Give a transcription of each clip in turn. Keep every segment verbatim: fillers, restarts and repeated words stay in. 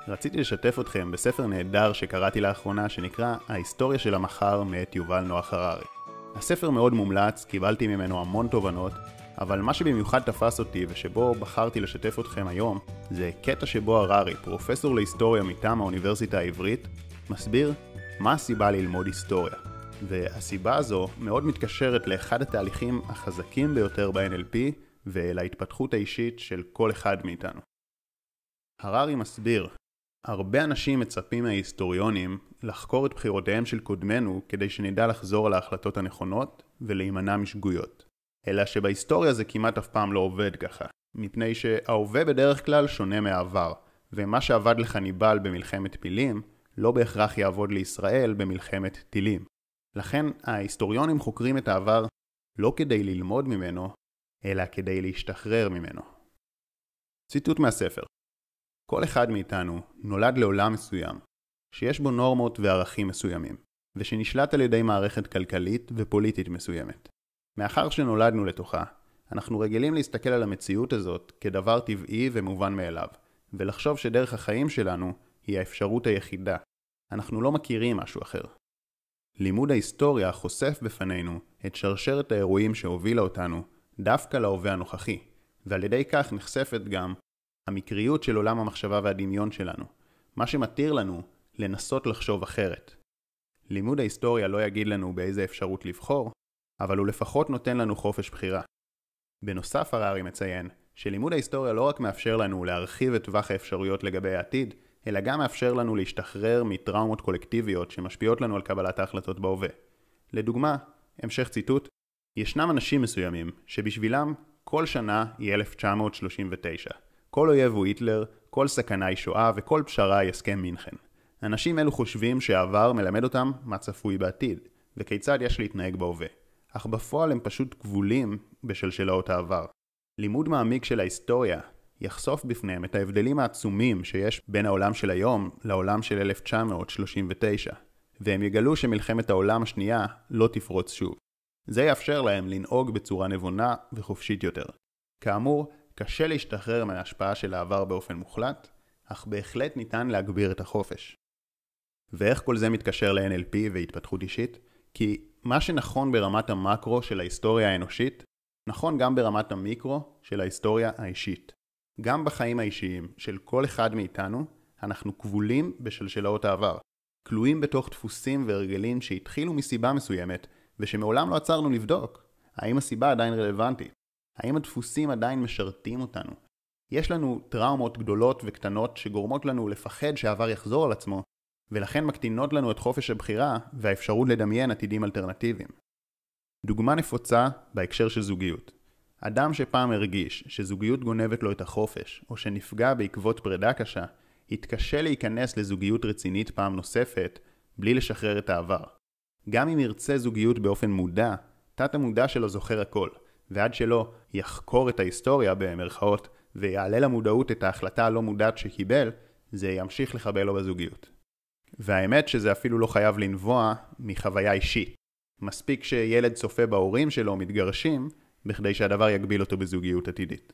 רציתי לשתף אתכם בספר נהדר שקראתי לאחרונה שנקרא ההיסטוריה של המחר מאת יובל נוח הררי. הספר מאוד מומלץ, קיבלתי ממנו המון תובנות, אבל מה שבמיוחד תפס אותי ושבו בחרתי לשתף אתכם היום זה קטע שבו הררי, פרופסור להיסטוריה מטעם האוניברסיטה העברית, מסביר מה הסיבה ללמוד היסטוריה. והסיבה הזו מאוד מתקשרת לאחד התהליכים החזקים ביותר ב-אן אל פי ולהתפתחות האישית של כל אחד מאיתנו. הררי מסביר, הרבה אנשים מצפים מההיסטוריונים לחקור את בחירותיהם של קודמנו כדי שנדע לחזור על ההחלטות הנכונות ולהימנע משגויות. אלא שבהיסטוריה זה כמעט אף פעם לא עובד ככה, מפני שההווה בדרך כלל שונה מהעבר, ומה שעבד לחניבל במלחמת פילים לא בהכרח יעבוד לישראל במלחמת טילים. לכן ההיסטוריונים חוקרים את העבר לא כדי ללמוד ממנו, אלא כדי להשתחרר ממנו. ציטוט מהספר: כל אחד מאיתנו נולד לעולם מסוים, שיש בו נורמות וערכים מסוימים, ושנשלט על ידי מערכת כלכלית ופוליטית מסוימת. מאחר שנולדנו לתוכה, אנחנו רגילים להסתכל על המציאות הזאת כדבר טבעי ומובן מאליו, ולחשוב שדרך החיים שלנו היא האפשרות היחידה. אנחנו לא מכירים משהו אחר. לימוד ההיסטוריה חושף בפנינו את שרשרת האירועים שהובילה אותנו דווקא להווה הנוכחי, ועל ידי כך נחשפת גם המקריות של עולם המחשבה והדמיון שלנו, מה שמתיר לנו לנסות לחשוב אחרת. לימוד ההיסטוריה לא יגיד לנו באיזה אפשרות לבחור, אבל הוא לפחות נותן לנו חופש בחירה. בנוסף, הררי מציין שלימוד ההיסטוריה לא רק מאפשר לנו להרחיב את טווח האפשרויות לגבי העתיד, אלא גם מאפשר לנו להשתחרר מטראומות קולקטיביות שמשפיעות לנו על קבלת ההחלטות בהווה. לדוגמה, המשך ציטוט, ישנם אנשים מסוימים שבשבילם כל שנה היא אלף תשע מאות שלושים ותשע. כל אויב הוא היטלר, כל סכנה היא שואה וכל פשרה היא הסכם מינכן. אנשים אלו חושבים שהעבר מלמד אותם מה צפוי בעתיד, וכיצד יש להתנהג בהווה. אך בפועל הם פשוט כבולים בשלשלאות העבר. לימוד מעמיק של ההיסטוריה יחשוף בפניהם את ההבדלים העצומים שיש בין העולם של היום לעולם של אלף תשע מאות שלושים ותשע, והם יגלו שמלחמת העולם השנייה לא תפרוץ שוב. זה יאפשר להם לנהוג בצורה נבונה וחופשית יותר. כאמור, קשה להשתחרר מההשפעה של העבר באופן מוחלט, אך בהחלט ניתן להגביר את החופש. ואיך כל זה מתקשר ל-אן אל פי והתפתחות אישית? כי מה שנכון ברמת המקרו של ההיסטוריה האנושית, נכון גם ברמת המיקרו של ההיסטוריה האישית. גם בחיים האישיים של כל אחד מאיתנו, אנחנו כבולים בשלשלאות העבר, כלואים בתוך דפוסים והרגלים שהתחילו מסיבה מסוימת, ושמעולם לא עצרנו לבדוק. האם הסיבה עדיין רלוונטית? האם הדפוסים עדיין משרתים אותנו? יש לנו טראומות גדולות וקטנות שגורמות לנו לפחד שהעבר יחזור על עצמו, ולכן מקטינות לנו את חופש הבחירה והאפשרות לדמיין עתידים אלטרנטיביים. דוגמה נפוצה בהקשר של זוגיות. אדם שפעם הרגיש שזוגיות גונבת לו את החופש, או שנפגע בעקבות פרידה קשה, יתקשה להיכנס לזוגיות רצינית פעם נוספת בלי לשחרר את העבר. גם אם ירצה זוגיות באופן מודע, תת המודע שלו זוכר הכל, ועד שלא יחקור את ההיסטוריה במרכאות ויעלה למודעות את ההחלטה הלא מודעת שקיבל, זה ימשיך לחבל לו בזוגיות. והאמת שזה אפילו לא חייב לנבוע מחוויה אישית. מספיק שילד צופה בהורים שלו מתגרשים, בכדי שהדבר יגביל אותו בזוגיות עתידית.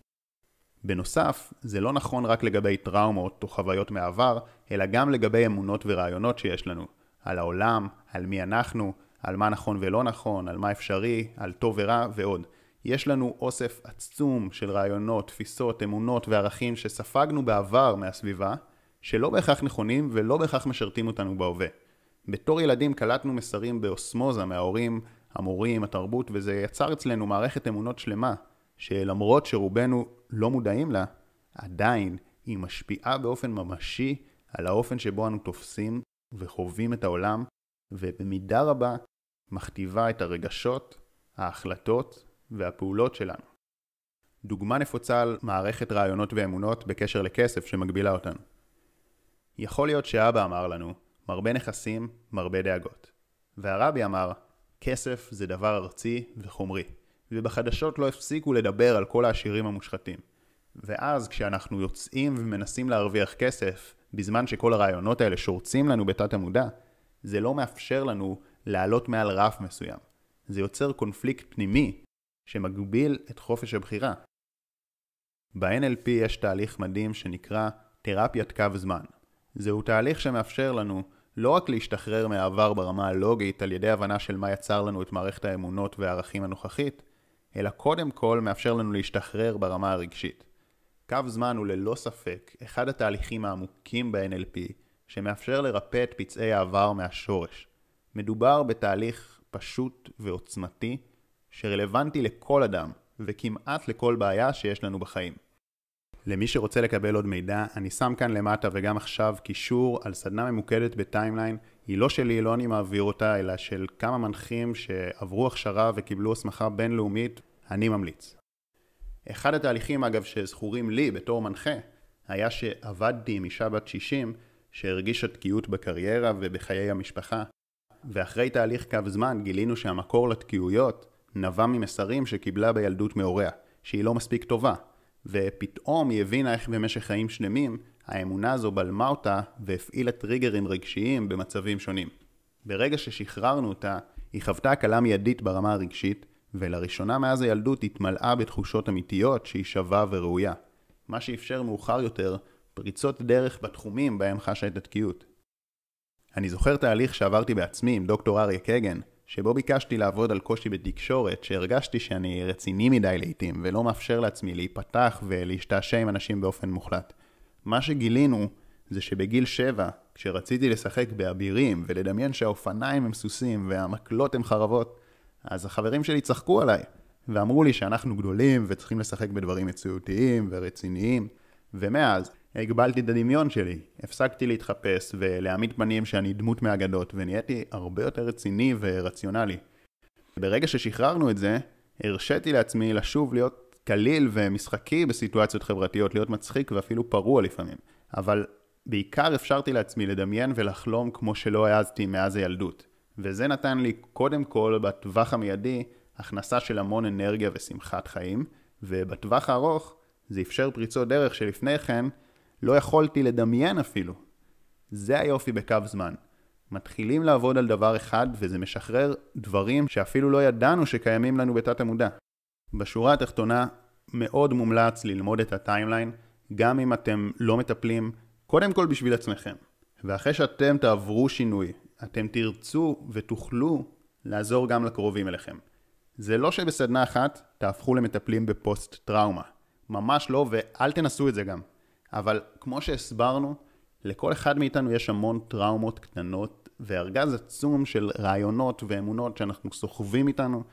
בנוסף, זה לא נכון רק לגבי טראומות או חוויות מעבר, אלא גם לגבי אמונות ורעיונות שיש לנו. על העולם, על מי אנחנו, על מה נכון ולא נכון, על מה אפשרי, על טוב ורע ועוד. יש לנו אוסף עצום של רעיונות, תפיסות, אמונות וערכים שספגנו בעבר מהסביבה, שלא בהכרח נכונים ולא בהכרח משרתים אותנו בהווה. בתור ילדים קלטנו מסרים באוסמוזה מההורים, המורים, התרבות, וזה יצר אצלנו מערכת אמונות שלמה, שלמרות שרובנו לא מודעים לה, עדיין היא משפיעה באופן ממשי על האופן שבו אנו תופסים וחווים את העולם, ובמידה רבה מכתיבה את הרגשות, ההחלטות והפעולות שלנו. דוגמה נפוצה על מערכת רעיונות ואמונות בקשר לכסף שמגבילה אותנו. יכול להיות שאבא אמר לנו, מרבה נכסים, מרבה דאגות. והרבי אמר, כסף זה דבר ארצי וחומרי. ובחדשות לא הפסיקו לדבר על כל העשירים המושחתים. ואז כשאנחנו יוצאים ומנסים להרוויח כסף, בזמן שכל הרעיונות האלה שורצים לנו בתת המודע, זה לא מאפשר לנו לעלות מעל רף מסוים. זה יוצר קונפליקט פנימי שמגביל את חופש הבחירה. ב-אן אל פי יש תהליך מדהים שנקרא תרפיית קו זמן. זהו תהליך שמאפשר לנו לא רק להשתחרר מהעבר ברמה הלוגית על ידי הבנה של מה יצר לנו את מערכת האמונות והערכים הנוכחית, אלא קודם כל מאפשר לנו להשתחרר ברמה הרגשית. קו זמן הוא ללא ספק אחד התהליכים העמוקים ב-אן אל פי שמאפשר לרפא את פצעי העבר מהשורש. מדובר בתהליך פשוט ועוצמתי שרלוונטי לכל אדם וכמעט לכל בעיה שיש לנו בחיים. למי שרוצה לקבל עוד מידע, אני שם כאן למטה וגם עכשיו קישור על סדנה ממוקדת בטיימליין. היא לא שלי, לא אני מעביר אותה, אלא של כמה מנחים שעברו הכשרה וקיבלו הסמכה בינלאומית, אני ממליץ. אחד התהליכים אגב שזכורים לי בתור מנחה, היה שעבדתי עם אישה בת שישים שהרגישה תקיעות בקריירה ובחיי המשפחה, ואחרי תהליך קו זמן גילינו שהמקור לתקיעויות נבע ממסרים שקיבלה בילדות מהוריה, שהיא לא מספיק טובה. ופתאום היא הבינה איך במשך חיים שלמים האמונה הזו בלמה אותה והפעילה טריגרים רגשיים במצבים שונים. ברגע ששחררנו אותה, היא חוותה הקלה מיידית ברמה הרגשית, ולראשונה מאז הילדות התמלאה בתחושות אמיתיות שהיא שווה וראויה. מה שאפשר מאוחר יותר פריצות דרך בתחומים בהם חשה את התקיעות. אני זוכר תהליך שעברתי בעצמי עם דוקטור אריה קגן, שבו ביקשתי לעבוד על קושי בתקשורת, שהרגשתי שאני רציני מדי לעתים, ולא מאפשר לעצמי להיפתח ולהשתעשע עם אנשים באופן מוחלט. מה שגילינו זה שבגיל שבע, כשרציתי לשחק באבירים ולדמיין שהאופניים הם סוסים והמקלות הם חרבות, אז החברים שלי צחקו עליי, ואמרו לי שאנחנו גדולים וצריכים לשחק בדברים מציאותיים ורציניים, ומאז הגבלתי את הדמיון שלי, הפסקתי להתחפש ולהעמיד פנים שאני דמות מהאגדות, ונהייתי הרבה יותר רציני ורציונלי. ברגע ששחררנו את זה, הרשיתי לעצמי לשוב להיות קליל ומשחקי בסיטואציות חברתיות, להיות מצחיק ואפילו פרוע לפעמים. אבל בעיקר אפשרתי לעצמי לדמיין ולחלום כמו שלא העזתי מאז הילדות. וזה נתן לי קודם כל בטווח המיידי הכנסה של המון אנרגיה ושמחת חיים, ובטווח הארוך זה אפשר פריצות דרך שלפני כן לא יכולתי לדמיין אפילו. זה היופי בקו זמן. מתחילים לעבוד על דבר אחד וזה משחרר דברים שאפילו לא ידענו שקיימים לנו בתת המודע. בשורה התחתונה מאוד מומלץ ללמוד את הטיימליין, גם אם אתם לא מטפלים, קודם כל בשביל עצמכם. ואחרי שאתם תעברו שינוי, אתם תרצו ותוכלו לעזור גם לקרובים אליכם. זה לא שבסדנה אחת תהפכו למטפלים בפוסט טראומה. ממש לא, ואל תנסו את זה גם. אבל כמו שהסברנו, לכל אחד מאיתנו יש המון טראומות קטנות וארגז עצום של רעיונות ואמונות שאנחנו סוחבים איתנו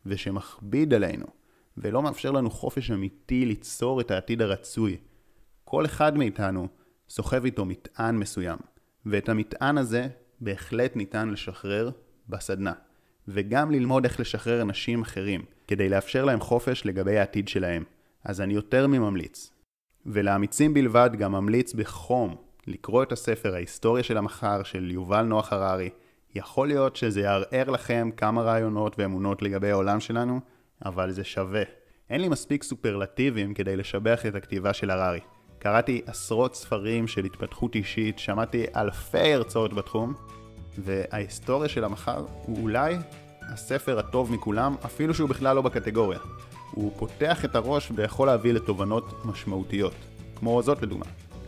ושמכביד עלינו ולא מאפשר לנו חופש אמיתי ליצור את העתיד הרצוי. כל אחד מאיתנו סוחב איתו מטען מסוים, ואת המטען הזה בהחלט ניתן לשחרר בסדנה, וגם ללמוד איך לשחרר אנשים אחרים כדי לאפשר להם חופש לגבי העתיד שלהם. אז אני יותר מממליץ. ולאמיצים בלבד גם ממליץ בחום לקרוא את הספר ההיסטוריה של המחר של יובל נוח הררי. יכול להיות שזה יערער לכם כמה רעיונות ואמונות לגבי העולם שלנו, אבל זה שווה. אין לי מספיק סופרלטיבים כדי לשבח את הכתיבה של הררי. קראתי עשרות ספרים של התפתחות אישית, שמעתי אלפי הרצאות בתחום, וההיסטוריה של המחר הוא אולי הספר הטוב מכולם, אפילו שהוא בכלל לא בקטגוריה. הוא פותח את הראש ויכול להביא לתובנות משמעותיות, כמו זאת לדוגמה.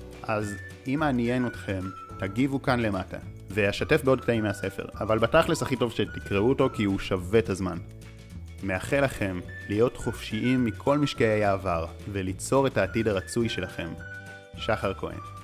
אז אם מעניין אתכם, תגיבו כאן למטה, ואשתף בעוד קטעים מהספר, אבל בתכלס הכי טוב שתקראו אותו כי הוא שווה את הזמן. מאחל לכם להיות חופשיים מכל משקעי העבר, וליצור את העתיד הרצוי שלכם. שחר כהן.